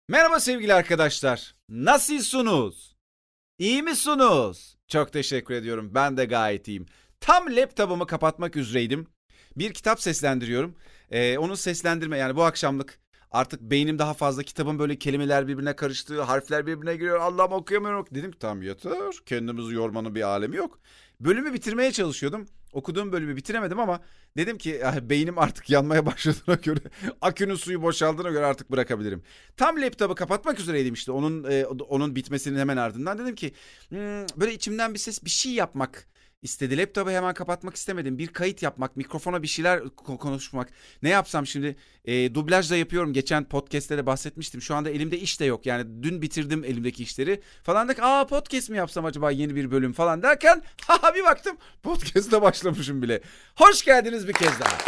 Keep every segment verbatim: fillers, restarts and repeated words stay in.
Merhaba sevgili arkadaşlar. Nasılsınız? İyi misiniz? Çok teşekkür ediyorum. Ben de gayet iyiyim. Tam laptopumu kapatmak üzereydim. Bir kitap seslendiriyorum. Ee, onun seslendirme yani bu akşamlık artık beynim daha fazla kitabın böyle kelimeler birbirine karıştığı, harfler birbirine giriyor. Allah'ım okuyamıyorum. Dedim ki tamam yeter. Kendimizi yormanın bir alemi yok. Bölümü bitirmeye çalışıyordum. Okuduğum bölümü bitiremedim ama dedim ki "Ah, beynim artık yanmaya başladığına göre, akünün suyu boşaldığına göre artık bırakabilirim." Tam laptopu kapatmak üzereydim işte onun e, onun bitmesinin hemen ardından dedim ki "Hmm, böyle içimden bir ses bir şey yapmak istedi. Laptopu hemen kapatmak istemedim. Bir kayıt yapmak, mikrofona bir şeyler ko- konuşmak. Ne yapsam şimdi? E, dublaj da yapıyorum. Geçen podcast'te de bahsetmiştim. Şu anda elimde iş de yok. Yani dün bitirdim elimdeki işleri. Falan derken aa podcast mi yapsam acaba yeni bir bölüm falan derken ha bir baktım podcast'e başlamışım bile. Hoş geldiniz bir kez daha.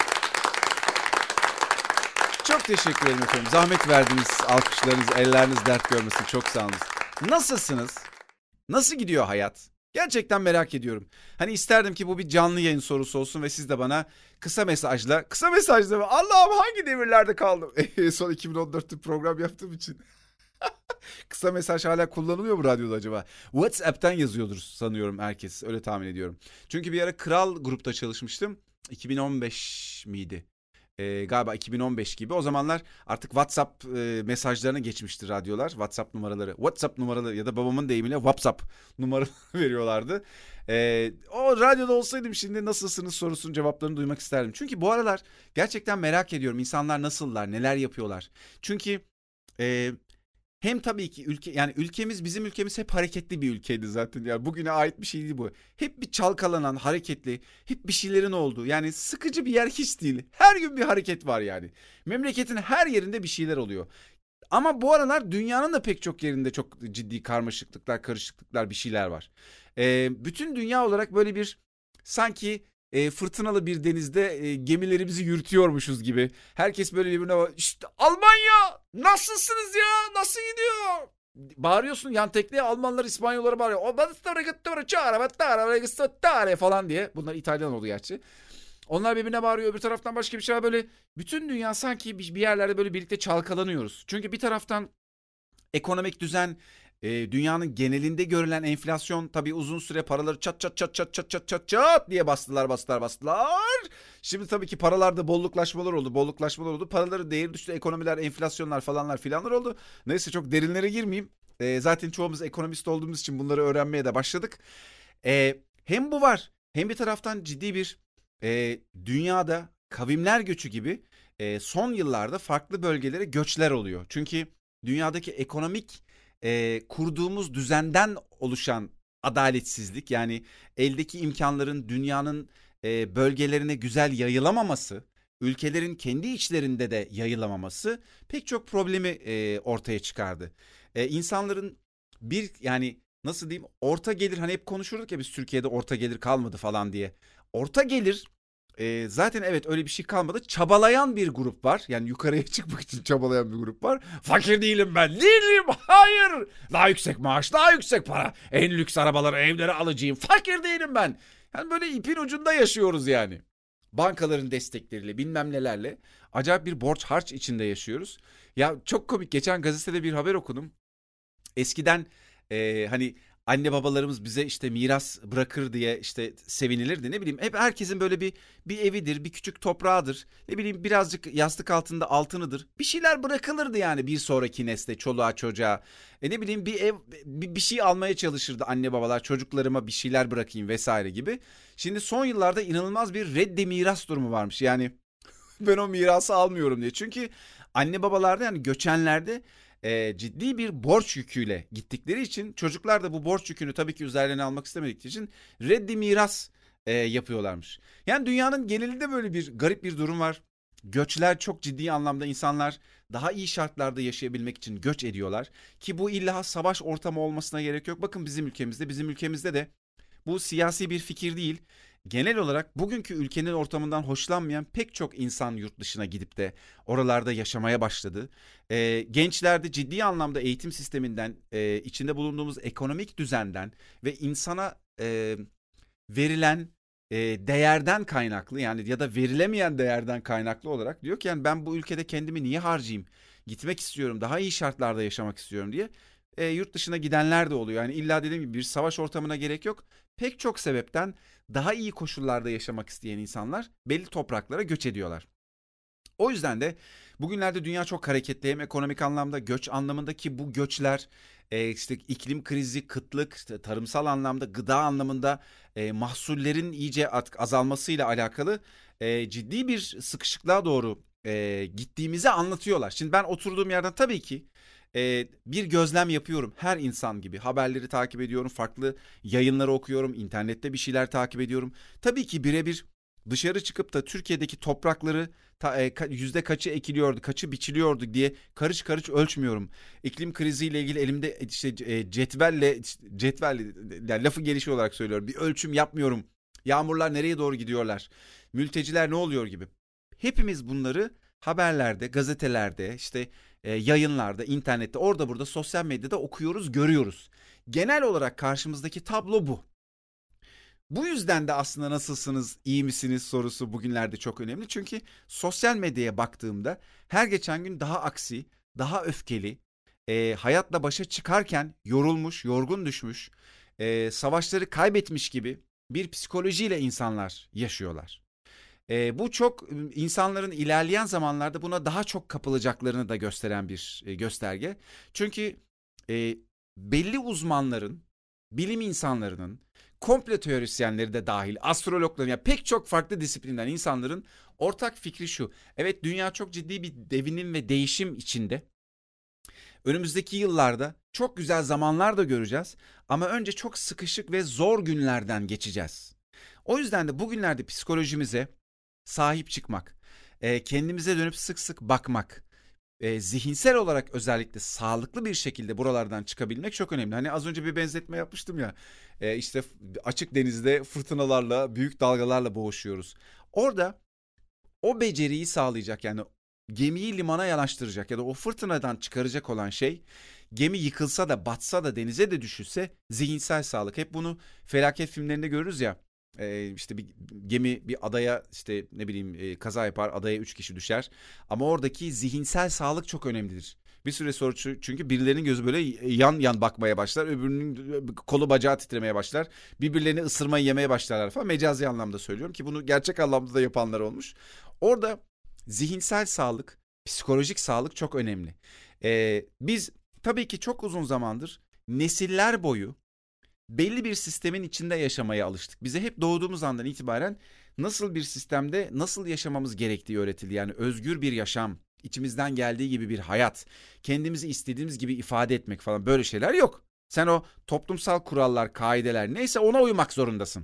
Çok teşekkür ederim efendim. Zahmet verdiniz. Alkışlarınız, elleriniz dert görmesin. Çok sağ olun. Nasılsınız? Nasıl gidiyor hayat? Gerçekten merak ediyorum. Hani isterdim ki bu bir canlı yayın sorusu olsun ve siz de bana kısa mesajla, kısa mesajla mı? Allah'ım hangi devirlerde kaldım? Son iki bin on dörtte program yaptığım için. Kısa mesaj hala kullanılıyor mu radyoda acaba? WhatsApp'tan yazıyordur sanıyorum herkes. Öyle tahmin ediyorum. Çünkü bir ara Kral grupta çalışmıştım. iki bin on beş miydi? Ee, galiba iki bin on beş gibi. O zamanlar artık WhatsApp e, mesajlarına geçmişti radyolar. WhatsApp numaraları, WhatsApp numaraları ya da babamın deyimiyle WhatsApp numaraları veriyorlardı. Ee, o radyoda olsaydım şimdi nasılsınız sorusunun cevaplarını duymak isterdim. Çünkü bu aralar gerçekten merak ediyorum. İnsanlar nasıllar, neler yapıyorlar. Çünkü e, hem tabii ki ülke yani ülkemiz bizim ülkemiz hep hareketli bir ülkeydi zaten. Yani bugüne ait bir şey değil bu. Hep bir çalkalanan, hareketli, hep bir şeylerin olduğu. Yani sıkıcı bir yer hiç değil. Her gün bir hareket var yani. Memleketin her yerinde bir şeyler oluyor. Ama bu aralar dünyanın da pek çok yerinde çok ciddi karmaşıklıklar, karışıklıklar bir şeyler var. Ee, bütün dünya olarak böyle bir sanki e, fırtınalı bir denizde e, gemilerimizi yürütüyormuşuz gibi. Herkes böyle birbirine bak- işte Almanya nasılsınız ya nasıl gidiyor? Bağırıyorsun yan tekneye Almanlar İspanyollara bağırıyor. O falan diye. Bunlar İtalyan oldu gerçi. Onlar birbirine bağırıyor. Öbür taraftan başka bir şey var. Böyle bütün dünya sanki bir bir yerlerde böyle birlikte çalkalanıyoruz. Çünkü bir taraftan ekonomik düzen, e, dünyanın genelinde görülen enflasyon tabii uzun süre paraları çat çat çat çat çat çat çat çat diye bastılar bastılar bastılar. Şimdi tabii ki paralarda bolluklaşmalar oldu, bolluklaşmalar oldu. Paraların değeri düştü, ekonomiler, enflasyonlar falanlar filanlar oldu. Neyse çok derinlere girmeyeyim. E, zaten çoğumuz ekonomist olduğumuz için bunları öğrenmeye de başladık. E, hem bu var, hem bir taraftan ciddi bir e, dünyada kavimler göçü gibi e, son yıllarda farklı bölgelere göçler oluyor. Çünkü dünyadaki ekonomik e, kurduğumuz düzenden oluşan adaletsizlik yani eldeki imkanların dünyanın e, bölgelerine güzel yayılamaması, ülkelerin kendi içlerinde de yayılamaması pek çok problemi e, ortaya çıkardı. E, insanların bir yani nasıl diyeyim orta gelir hani hep konuşurduk ya biz Türkiye'de orta gelir kalmadı falan diye. Orta gelir e, zaten evet öyle bir şey kalmadı. Çabalayan bir grup var. Yani yukarıya çıkmak için çabalayan bir grup var. Fakir değilim ben. Değilim. Hayır. Daha yüksek maaş, daha yüksek para. En lüks arabaları, evleri alacağım. Fakir değilim ben. Yani böyle ipin ucunda yaşıyoruz yani. Bankaların destekleriyle bilmem nelerle acayip bir borç harç içinde yaşıyoruz. Ya çok komik geçen gazetede bir haber okudum. Eskiden e, hani anne babalarımız bize işte miras bırakır diye işte sevinilirdi. Ne bileyim hep herkesin böyle bir bir evidir, bir küçük toprağıdır. Ne bileyim birazcık yastık altında altınıdır. Bir şeyler bırakılırdı yani bir sonraki nesle, çoluğa çocuğa. E ne bileyim bir ev bir, bir şey almaya çalışırdı anne babalar çocuklarıma bir şeyler bırakayım vesaire gibi. Şimdi son yıllarda inanılmaz bir reddi miras durumu varmış. Yani ben o mirası almıyorum diye. Çünkü anne babalarda yani göçenlerde e, ciddi bir borç yüküyle gittikleri için çocuklar da bu borç yükünü tabii ki üzerlerine almak istemedikleri için reddi miras e, yapıyorlarmış. Yani dünyanın genelinde böyle bir garip bir durum var. Göçler çok ciddi anlamda insanlar daha iyi şartlarda yaşayabilmek için göç ediyorlar. Ki bu illa savaş ortamı olmasına gerek yok. Bakın bizim ülkemizde, bizim ülkemizde de bu siyasi bir fikir değil. Genel olarak bugünkü ülkenin ortamından hoşlanmayan pek çok insan yurt dışına gidip de oralarda yaşamaya başladı. Ee, gençler de ciddi anlamda eğitim sisteminden, e, içinde bulunduğumuz ekonomik düzenden ve insana e, verilen e, değerden kaynaklı yani ya da verilemeyen değerden kaynaklı olarak diyor ki yani ben bu ülkede kendimi niye harcayayım? gitmek istiyorum, daha iyi şartlarda yaşamak istiyorum diye e, yurt dışına gidenler de oluyor. Yani illa dediğim gibi bir savaş ortamına gerek yok. Pek çok sebepten daha iyi koşullarda yaşamak isteyen insanlar belli topraklara göç ediyorlar. O yüzden de bugünlerde dünya çok hareketli, hem ekonomik anlamda, göç anlamında, ki bu göçler e, işte iklim krizi, kıtlık, işte tarımsal anlamda, gıda anlamında e, mahsullerin iyice artık azalmasıyla alakalı e, ciddi bir sıkışıklığa doğru e, gittiğimizi anlatıyorlar. Şimdi ben oturduğum yerden tabii ki e, bir gözlem yapıyorum, her insan gibi haberleri takip ediyorum, farklı yayınları okuyorum, internette bir şeyler takip ediyorum. Tabii ki birebir dışarı çıkıp da Türkiye'deki toprakları ta, e, ka- yüzde kaçı ekiliyordu, kaçı biçiliyordu diye karış karış ölçmüyorum. İklim kriziyle ilgili elimde işte e, cetvelle, işte cetvelle, yani lafı gelişi olarak söylüyorum, bir ölçüm yapmıyorum. Yağmurlar nereye doğru gidiyorlar? Mülteciler ne oluyor gibi. Hepimiz bunları haberlerde, gazetelerde, işte e, yayınlarda, internette, orada burada, sosyal medyada okuyoruz, görüyoruz. Genel olarak karşımızdaki tablo bu. Bu yüzden de aslında nasılsınız, iyi misiniz sorusu bugünlerde çok önemli. Çünkü sosyal medyaya baktığımda her geçen gün daha aksi, daha öfkeli, e, hayatla başa çıkarken yorulmuş, yorgun düşmüş, e, savaşları kaybetmiş gibi bir psikolojiyle insanlar yaşıyorlar. E, bu çok insanların ilerleyen zamanlarda buna daha çok kapılacaklarını da gösteren bir e, gösterge. Çünkü e, belli uzmanların, bilim insanlarının, komplo teorisyenleri de dahil, astrologların, ya pek çok farklı disiplinden insanların ortak fikri şu: evet, dünya çok ciddi bir devinim ve değişim içinde. Önümüzdeki yıllarda çok güzel zamanlar da göreceğiz ama önce çok sıkışık ve zor günlerden geçeceğiz. O yüzden de bugünlerde psikolojimize sahip çıkmak, e, kendimize dönüp sık sık bakmak, e, zihinsel olarak özellikle sağlıklı bir şekilde buralardan çıkabilmek çok önemli. Hani az önce bir benzetme yapmıştım ya, e, işte açık denizde fırtınalarla, büyük dalgalarla boğuşuyoruz. Orada o beceriyi sağlayacak, yani gemiyi limana yanaştıracak ya da o fırtınadan çıkaracak olan şey, gemi yıkılsa da batsa da denize de düşürse, zihinsel sağlık. Hep bunu felaket filmlerinde görürüz ya. Ee, işte bir gemi bir adaya, işte ne bileyim, e, kaza yapar, adaya üç kişi düşer. Ama oradaki zihinsel sağlık çok önemlidir. Bir süre sonra çünkü birilerinin gözü böyle yan yan bakmaya başlar. Öbürünün kolu bacağı titremeye başlar. Birbirlerini ısırmayı yemeye başlarlar falan. Mecazi anlamda söylüyorum ki bunu gerçek anlamda da yapanlar olmuş. Orada zihinsel sağlık, psikolojik sağlık çok önemli. Ee, biz tabii ki çok uzun zamandır, nesiller boyu belli bir sistemin içinde yaşamaya alıştık. Bize hep doğduğumuz andan itibaren nasıl bir sistemde nasıl yaşamamız gerektiği öğretildi. Yani özgür bir yaşam, içimizden geldiği gibi bir hayat, kendimizi istediğimiz gibi ifade etmek falan, böyle şeyler yok. Sen o toplumsal kurallar, kaideler neyse ona uymak zorundasın.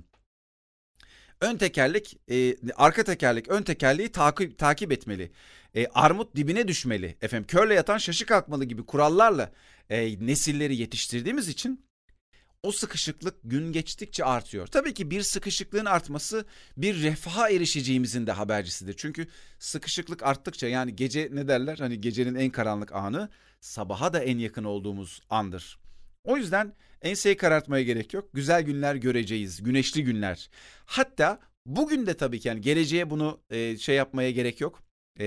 Ön tekerlek, e, arka tekerlek, ön tekerleği takip takip etmeli. E, armut dibine düşmeli. Efendim, körle yatan şaşı kalkmalı gibi kurallarla e, nesilleri yetiştirdiğimiz için o sıkışıklık gün geçtikçe artıyor. Tabii ki bir sıkışıklığın artması bir refaha erişeceğimizin de habercisidir. Çünkü sıkışıklık arttıkça, yani gece ne derler? Hani gecenin en karanlık anı sabaha da en yakın olduğumuz andır. O yüzden enseyi karartmaya gerek yok. Güzel günler göreceğiz. Güneşli günler. Hatta bugün de tabii ki, yani geleceğe bunu e, şey yapmaya gerek yok. E,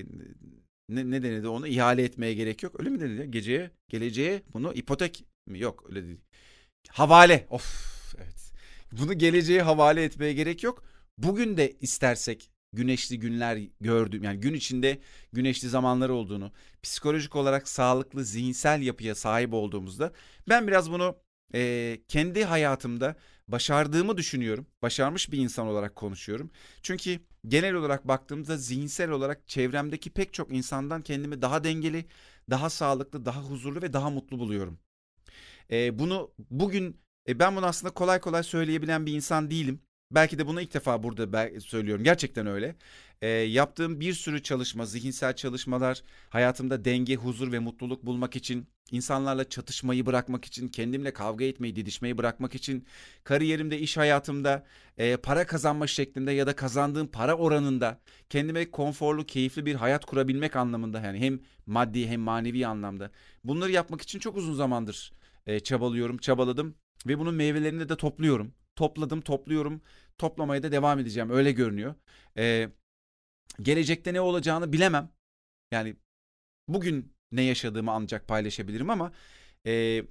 ne, ne denedi onu? İhale etmeye gerek yok. Öyle mi denedi? Geceye, geleceğe bunu ipotek mi? Yok, öyle değil. Havale. Of, evet. Bunu geleceğe havale etmeye gerek yok. Bugün de istersek güneşli günler gördüğüm, yani gün içinde güneşli zamanlar olduğunu, psikolojik olarak sağlıklı zihinsel yapıya sahip olduğumuzda, ben biraz bunu e, kendi hayatımda başardığımı düşünüyorum. Başarmış bir insan olarak konuşuyorum. Çünkü genel olarak baktığımda zihinsel olarak çevremdeki pek çok insandan kendimi daha dengeli, daha sağlıklı, daha huzurlu ve daha mutlu buluyorum. E, bunu bugün e, ben bunu aslında kolay kolay söyleyebilen bir insan değilim. Belki de bunu ilk defa burada bel- söylüyorum. Gerçekten öyle. E, yaptığım bir sürü çalışma, zihinsel çalışmalar, hayatımda denge, huzur ve mutluluk bulmak için, insanlarla çatışmayı bırakmak için, kendimle kavga etmeyi, didişmeyi bırakmak için, kariyerimde, iş hayatımda, e, para kazanma şeklinde ya da kazandığım para oranında kendime konforlu, keyifli bir hayat kurabilmek anlamında, yani hem maddi hem manevi anlamda. Bunları yapmak için çok uzun zamandır e, çabalıyorum, çabaladım ve bunun meyvelerini de topluyorum. Topladım, topluyorum, toplamaya da devam edeceğim. Öyle görünüyor. E, Gelecekte ne olacağını bilemem. Yani bugün ne yaşadığımı ancak paylaşabilirim ama e,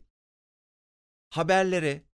haberlere,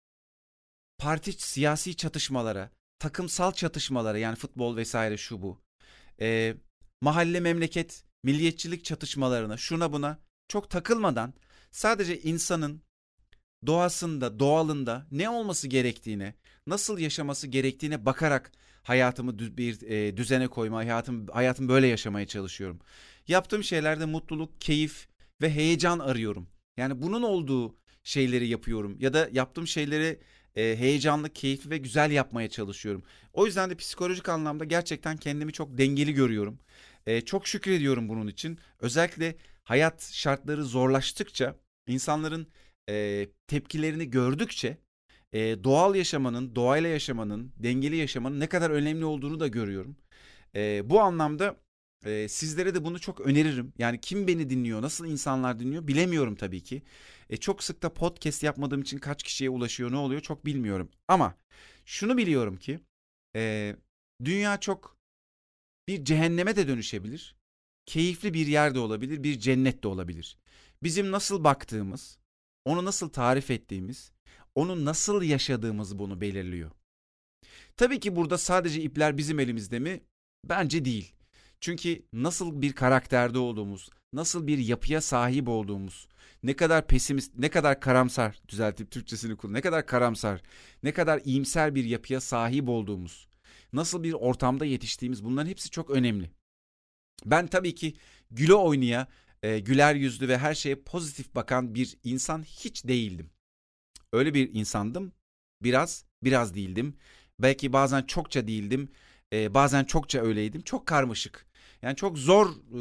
parti siyasi çatışmalara, takımsal çatışmalara yani futbol vesaire şu bu, e, mahalle memleket, milliyetçilik çatışmalarına şuna buna çok takılmadan sadece insanın doğasında, doğalında ne olması gerektiğine, nasıl yaşaması gerektiğine bakarak hayatımı dü- bir e, düzene koyma, hayatım hayatımı böyle yaşamaya çalışıyorum. Yaptığım şeylerde mutluluk, keyif ve heyecan arıyorum. Yani bunun olduğu şeyleri yapıyorum ya da yaptığım şeyleri e, heyecanlı, keyifli ve güzel yapmaya çalışıyorum. O yüzden de psikolojik anlamda gerçekten kendimi çok dengeli görüyorum. E, çok şükrediyorum bunun için. Özellikle hayat şartları zorlaştıkça insanların e, tepkilerini gördükçe e, doğal yaşamanın, doğayla yaşamanın, dengeli yaşamanın ne kadar önemli olduğunu da görüyorum. E, bu anlamda e, sizlere de bunu çok öneririm. Yani kim beni dinliyor, nasıl insanlar dinliyor bilemiyorum tabii ki. E, çok sık da podcast yapmadığım için kaç kişiye ulaşıyor, ne oluyor çok bilmiyorum. Ama şunu biliyorum ki e, dünya çok bir cehenneme de dönüşebilir. Keyifli bir yer de olabilir, bir cennet de olabilir. Bizim nasıl baktığımız, onu nasıl tarif ettiğimiz, onu nasıl yaşadığımız bunu belirliyor. Tabii ki burada sadece ipler bizim elimizde mi? Bence değil. Çünkü nasıl bir karakterde olduğumuz, nasıl bir yapıya sahip olduğumuz, ne kadar pesimist, ne kadar karamsar, düzeltip Türkçesini kullan, ne kadar karamsar, ne kadar iyimser bir yapıya sahip olduğumuz, nasıl bir ortamda yetiştiğimiz bunların hepsi çok önemli. Ben tabii ki güle oynaya, e, güler yüzlü ve her şeye pozitif bakan bir insan hiç değildim. Öyle bir insandım. Biraz, biraz değildim. Belki bazen çokça değildim. E, bazen çokça öyleydim. Çok karmaşık. Yani çok zor e,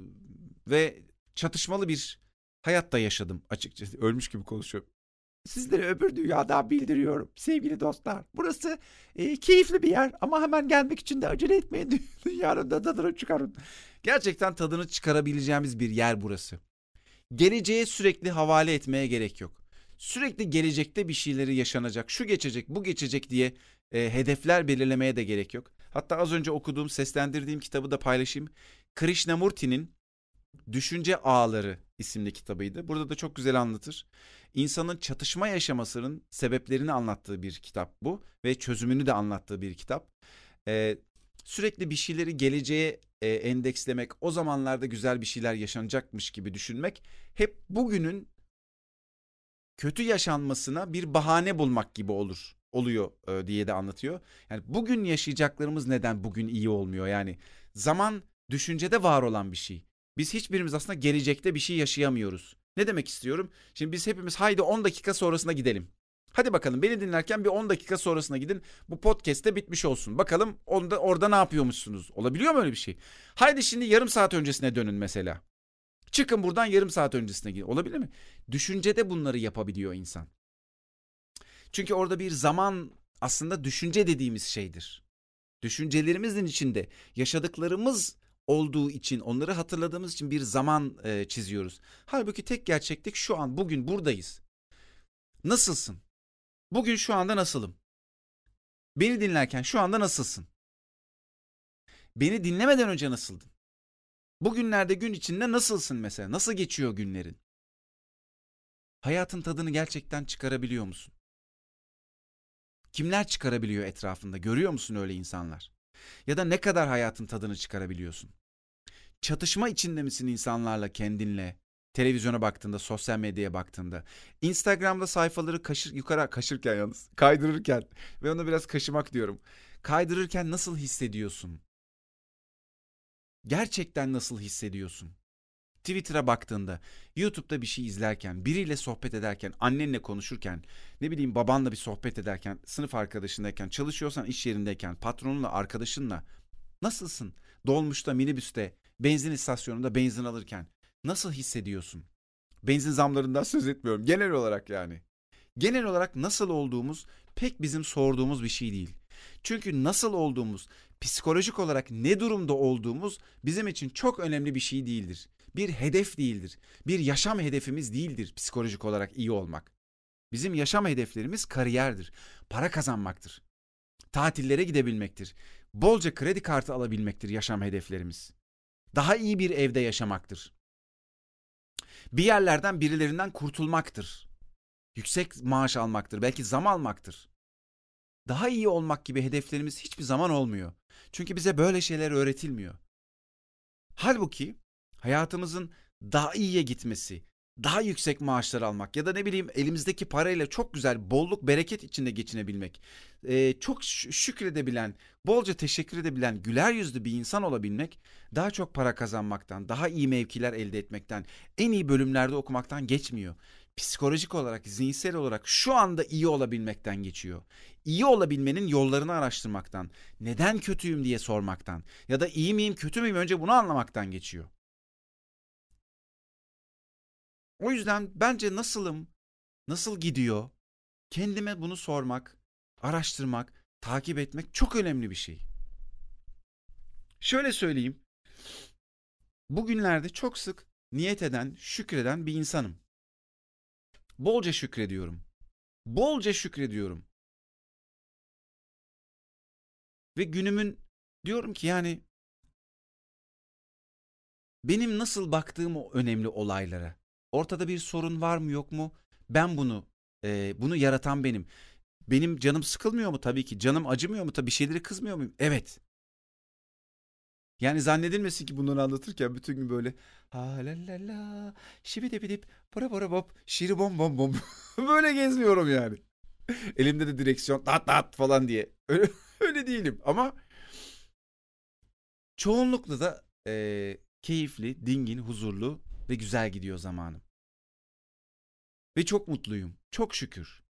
ve çatışmalı bir hayatta yaşadım açıkçası. Ölmüş gibi konuşuyorum. Sizlere öbür dünyadan bildiriyorum sevgili dostlar. Burası e, keyifli bir yer ama hemen gelmek için de acele etmeyin. Dünyanın da tadını çıkarın. Gerçekten tadını çıkarabileceğimiz bir yer burası. Geleceğe sürekli havale etmeye gerek yok. Sürekli gelecekte bir şeyleri yaşanacak, şu geçecek, bu geçecek diye e, hedefler belirlemeye de gerek yok. Hatta az önce okuduğum, seslendirdiğim kitabı da paylaşayım. Krishnamurti'nin Düşünce Ağları isimli kitabıydı. Burada da çok güzel anlatır. İnsanın çatışma yaşamasının sebeplerini anlattığı bir kitap bu ve çözümünü de anlattığı bir kitap. Ee, sürekli bir şeyleri geleceğe e, endekslemek, o zamanlarda güzel bir şeyler yaşanacakmış gibi düşünmek hep bugünün kötü yaşanmasına bir bahane bulmak gibi olur oluyor e, diye de anlatıyor. Yani bugün yaşayacaklarımız neden bugün iyi olmuyor? Yani zaman düşüncede var olan bir şey. Biz hiçbirimiz aslında gelecekte bir şey yaşayamıyoruz. Ne demek istiyorum? Şimdi biz hepimiz haydi on dakika sonrasına gidelim. Hadi bakalım beni dinlerken bir on dakika sonrasına gidin. Bu podcast de bitmiş olsun. Bakalım onda, orada ne yapıyormuşsunuz? Olabiliyor mu öyle bir şey? Haydi şimdi yarım saat öncesine dönün mesela. Çıkın buradan yarım saat öncesine gidin. Olabilir mi? Düşüncede bunları yapabiliyor insan. Çünkü orada bir zaman aslında düşünce dediğimiz şeydir. Düşüncelerimizin içinde yaşadıklarımız olduğu için, onları hatırladığımız için bir zaman e, çiziyoruz. Halbuki tek gerçeklik şu an, bugün buradayız. Nasılsın? Bugün şu anda nasılım? Beni dinlerken şu anda nasılsın? Beni dinlemeden önce nasıldın? Bugünlerde gün içinde nasılsın mesela? Nasıl geçiyor günlerin? Hayatın tadını gerçekten çıkarabiliyor musun? Kimler çıkarabiliyor etrafında? Görüyor musun öyle insanlar? Ya da ne kadar hayatın tadını çıkarabiliyorsun? Çatışma içinde misin insanlarla, kendinle? Televizyona baktığında, sosyal medyaya baktığında, Instagram'da sayfaları kaşır, yukarı kaşırken yalnız, kaydırırken ve onu biraz kaşımak diyorum. Kaydırırken nasıl hissediyorsun? Gerçekten nasıl hissediyorsun? Twitter'a baktığında, YouTube'da bir şey izlerken, biriyle sohbet ederken, annenle konuşurken, ne bileyim babanla bir sohbet ederken, sınıf arkadaşındayken, çalışıyorsan iş yerindeyken, patronunla, arkadaşınla nasılsın? Dolmuşta, minibüste, benzin istasyonunda benzin alırken nasıl hissediyorsun? Benzin zamlarından söz etmiyorum. Genel olarak yani. Genel olarak nasıl olduğumuz pek bizim sorduğumuz bir şey değil. Çünkü nasıl olduğumuz, psikolojik olarak ne durumda olduğumuz bizim için çok önemli bir şey değildir. Bir hedef değildir. Bir yaşam hedefimiz değildir psikolojik olarak iyi olmak. Bizim yaşam hedeflerimiz kariyerdir. Para kazanmaktır. Tatillere gidebilmektir. Bolca kredi kartı alabilmektir yaşam hedeflerimiz. Daha iyi bir evde yaşamaktır. Bir yerlerden birilerinden kurtulmaktır. Yüksek maaş almaktır. Belki zam almaktır. Daha iyi olmak gibi hedeflerimiz hiçbir zaman olmuyor. Çünkü bize böyle şeyler öğretilmiyor. Halbuki hayatımızın daha iyiye gitmesi, daha yüksek maaşlar almak ya da ne bileyim elimizdeki parayla çok güzel bolluk bereket içinde geçinebilmek, eee, çok şükredebilen, bolca teşekkür edebilen, güler yüzlü bir insan olabilmek, daha çok para kazanmaktan, daha iyi mevkiler elde etmekten, en iyi bölümlerde okumaktan geçmiyor. Psikolojik olarak, zihinsel olarak şu anda iyi olabilmekten geçiyor. İyi olabilmenin yollarını araştırmaktan, neden kötüyüm diye sormaktan ya da iyi miyim, kötü müyüm önce bunu anlamaktan geçiyor. O yüzden bence nasılım, nasıl gidiyor, kendime bunu sormak, araştırmak, takip etmek çok önemli bir şey. Şöyle söyleyeyim, bugünlerde çok sık niyet eden, şükreden bir insanım. Bolca şükrediyorum. Bolca şükrediyorum. Ve günümün diyorum ki yani benim nasıl baktığım o önemli olaylara. Ortada bir sorun var mı yok mu? Ben bunu, e, bunu yaratan benim. Benim canım sıkılmıyor mu? Tabii ki. Canım acımıyor mu? Tabii bir şeyleri kızmıyor muyum? Evet. Yani zannedilmesin ki bunları anlatırken bütün gün böyle ha la la la şibidibidip para para bop şiri bom bom bom böyle gezmiyorum yani. Elimde de direksiyon tat tat falan diye. Öyle, öyle değilim ama çoğunlukla da eee, keyifli, dingin, huzurlu ve güzel gidiyor zamanım. Ve çok mutluyum. Çok şükür.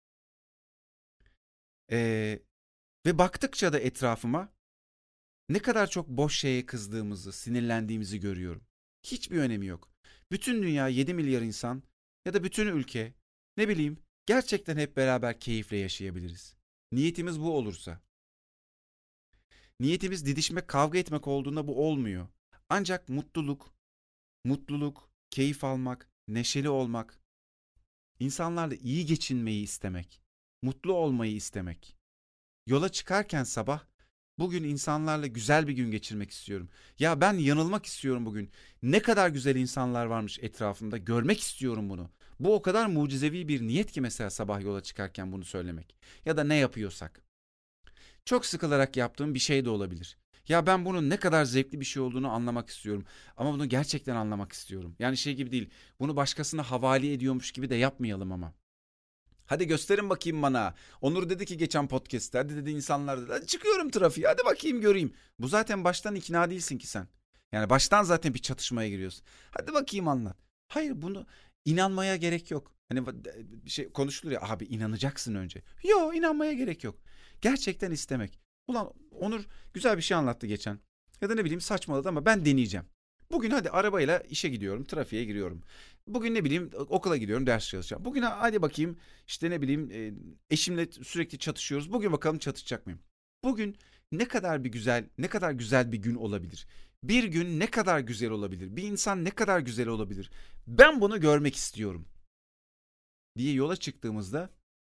Eee, Ve baktıkça da etrafıma ne kadar çok boş şeye kızdığımızı, sinirlendiğimizi görüyorum. Hiçbir önemi yok. Bütün dünya yedi milyar insan ya da bütün ülke ne bileyim gerçekten hep beraber keyifle yaşayabiliriz. Niyetimiz bu olursa. Niyetimiz didişmek, kavga etmek olduğunda bu olmuyor. Ancak mutluluk, mutluluk, keyif almak, neşeli olmak, insanlarla iyi geçinmeyi istemek, mutlu olmayı istemek. Yola çıkarken sabah bugün insanlarla güzel bir gün geçirmek istiyorum. Ya ben yanılmak istiyorum bugün. Ne kadar güzel insanlar varmış etrafımda. Görmek istiyorum bunu. Bu o kadar mucizevi bir niyet ki mesela sabah yola çıkarken bunu söylemek. Ya da ne yapıyorsak. Çok sıkılarak yaptığım bir şey de olabilir. Ya ben bunun ne kadar zevkli bir şey olduğunu anlamak istiyorum. Ama bunu gerçekten anlamak istiyorum. Yani şey gibi değil. Bunu başkasına havale ediyormuş gibi de yapmayalım ama. Hadi gösterin bakayım bana. Onur dedi ki geçen podcast'te. Hadi dedi insanlar dedi. Hadi çıkıyorum trafiğe. Hadi bakayım göreyim. Bu zaten baştan ikna değilsin ki sen. Yani baştan zaten bir çatışmaya giriyorsun. Hadi bakayım anlat. Hayır bunu inanmaya gerek yok. Hani bir şey konuşulur ya abi inanacaksın önce. Yo inanmaya gerek yok. Gerçekten istemek. Ulan Onur güzel bir şey anlattı geçen. Ya da ne bileyim saçmaladı ama ben deneyeceğim. Bugün hadi arabayla işe gidiyorum, trafiğe giriyorum. Bugün ne bileyim okula gidiyorum, ders çalışacağım. Bugün hadi bakayım işte ne bileyim e, eşimle sürekli çatışıyoruz. Bugün bakalım çatışacak mıyım? Bugün ne kadar bir güzel, ne kadar güzel bir gün olabilir? Bir gün ne kadar güzel olabilir? Bir insan ne kadar güzel olabilir? Ben bunu görmek istiyorum diye yola çıktığımızda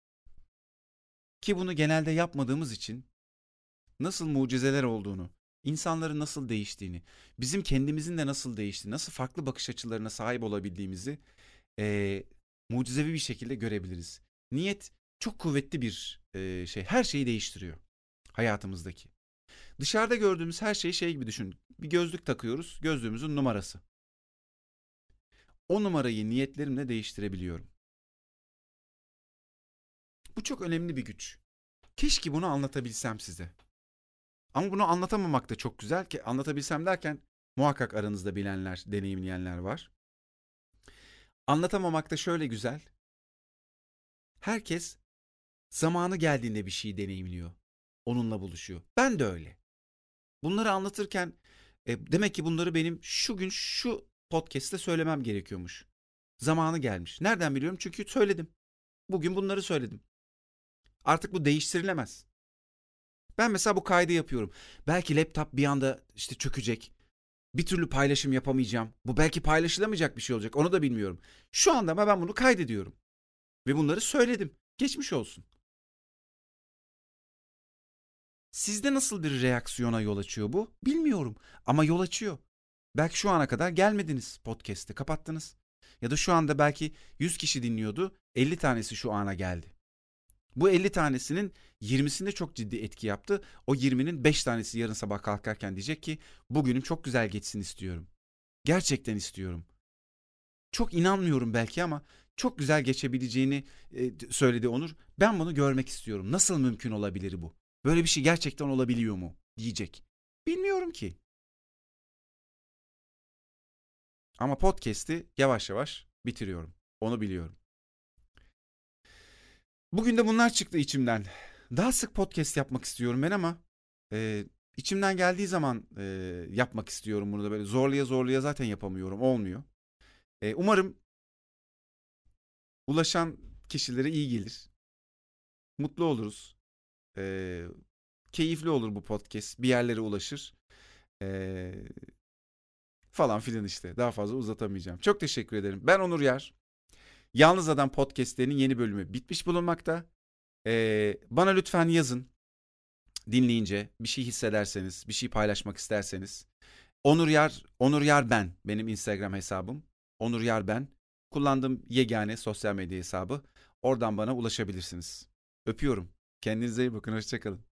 ki bunu genelde yapmadığımız için nasıl mucizeler olduğunu, insanların nasıl değiştiğini, bizim kendimizin de nasıl değiştiğini, nasıl farklı bakış açılarına sahip olabildiğimizi eee, mucizevi bir şekilde görebiliriz. Niyet çok kuvvetli bir eee, şey, her şeyi değiştiriyor hayatımızdaki. Dışarıda gördüğümüz her şeyi şey gibi düşün. Bir gözlük takıyoruz, gözlüğümüzün numarası. O numarayı niyetlerimle değiştirebiliyorum. Bu çok önemli bir güç. Keşke bunu anlatabilsem size. Ama bunu anlatamamak da çok güzel ki anlatabilsem derken muhakkak aranızda bilenler, deneyimleyenler var. Anlatamamak da şöyle güzel. Herkes zamanı geldiğinde bir şey deneyimliyor. Onunla buluşuyor. Ben de öyle. Bunları anlatırken e, demek ki bunları benim şu gün şu podcast'te söylemem gerekiyormuş. Zamanı gelmiş. Nereden biliyorum? Çünkü söyledim. Bugün bunları söyledim. Artık bu değiştirilemez. Ben mesela bu kaydı yapıyorum. Belki laptop bir anda işte çökecek. Bir türlü paylaşım yapamayacağım. Bu belki paylaşılamayacak bir şey olacak. Onu da bilmiyorum. Şu anda ama ben bunu kaydediyorum. Ve bunları söyledim. Geçmiş olsun. Sizde nasıl bir reaksiyona yol açıyor bu? Bilmiyorum. Ama yol açıyor. Belki şu ana kadar gelmediniz podcast'te. Kapattınız. Ya da şu anda belki yüz kişi dinliyordu, elli tanesi şu ana geldi. Bu elli tanesinin yirmisinde çok ciddi etki yaptı. O yirminin beş tanesi yarın sabah kalkarken diyecek ki bugünüm çok güzel geçsin istiyorum. Gerçekten istiyorum. Çok inanmıyorum belki ama çok güzel geçebileceğini e, söyledi Onur. Ben bunu görmek istiyorum. Nasıl mümkün olabilir bu? Böyle bir şey gerçekten olabiliyor mu? Diyecek. Bilmiyorum ki. Ama podcast'i yavaş yavaş bitiriyorum. Onu biliyorum. Bugün de bunlar çıktı içimden. Daha sık podcast yapmak istiyorum ben ama e, içimden geldiği zaman e, yapmak istiyorum bunu da böyle zorlaya zorlaya zaten yapamıyorum. Olmuyor. E, umarım ulaşan kişilere iyi gelir. Mutlu oluruz. E, Keyifli olur bu podcast. Bir yerlere ulaşır. E, Falan filan işte. Daha fazla uzatamayacağım. Çok teşekkür ederim. Ben Onur Yer. Yalnız Adam podcastlerinin yeni bölümü bitmiş bulunmakta. E, bana lütfen yazın. Dinleyince bir şey hissederseniz, bir şey paylaşmak isterseniz. Onur Yar, Onur Yar ben benim Instagram hesabım. Onur Yar ben. Kullandığım yegane sosyal medya hesabı. Oradan bana ulaşabilirsiniz. Öpüyorum. Kendinize iyi bakın. Hoşça kalın.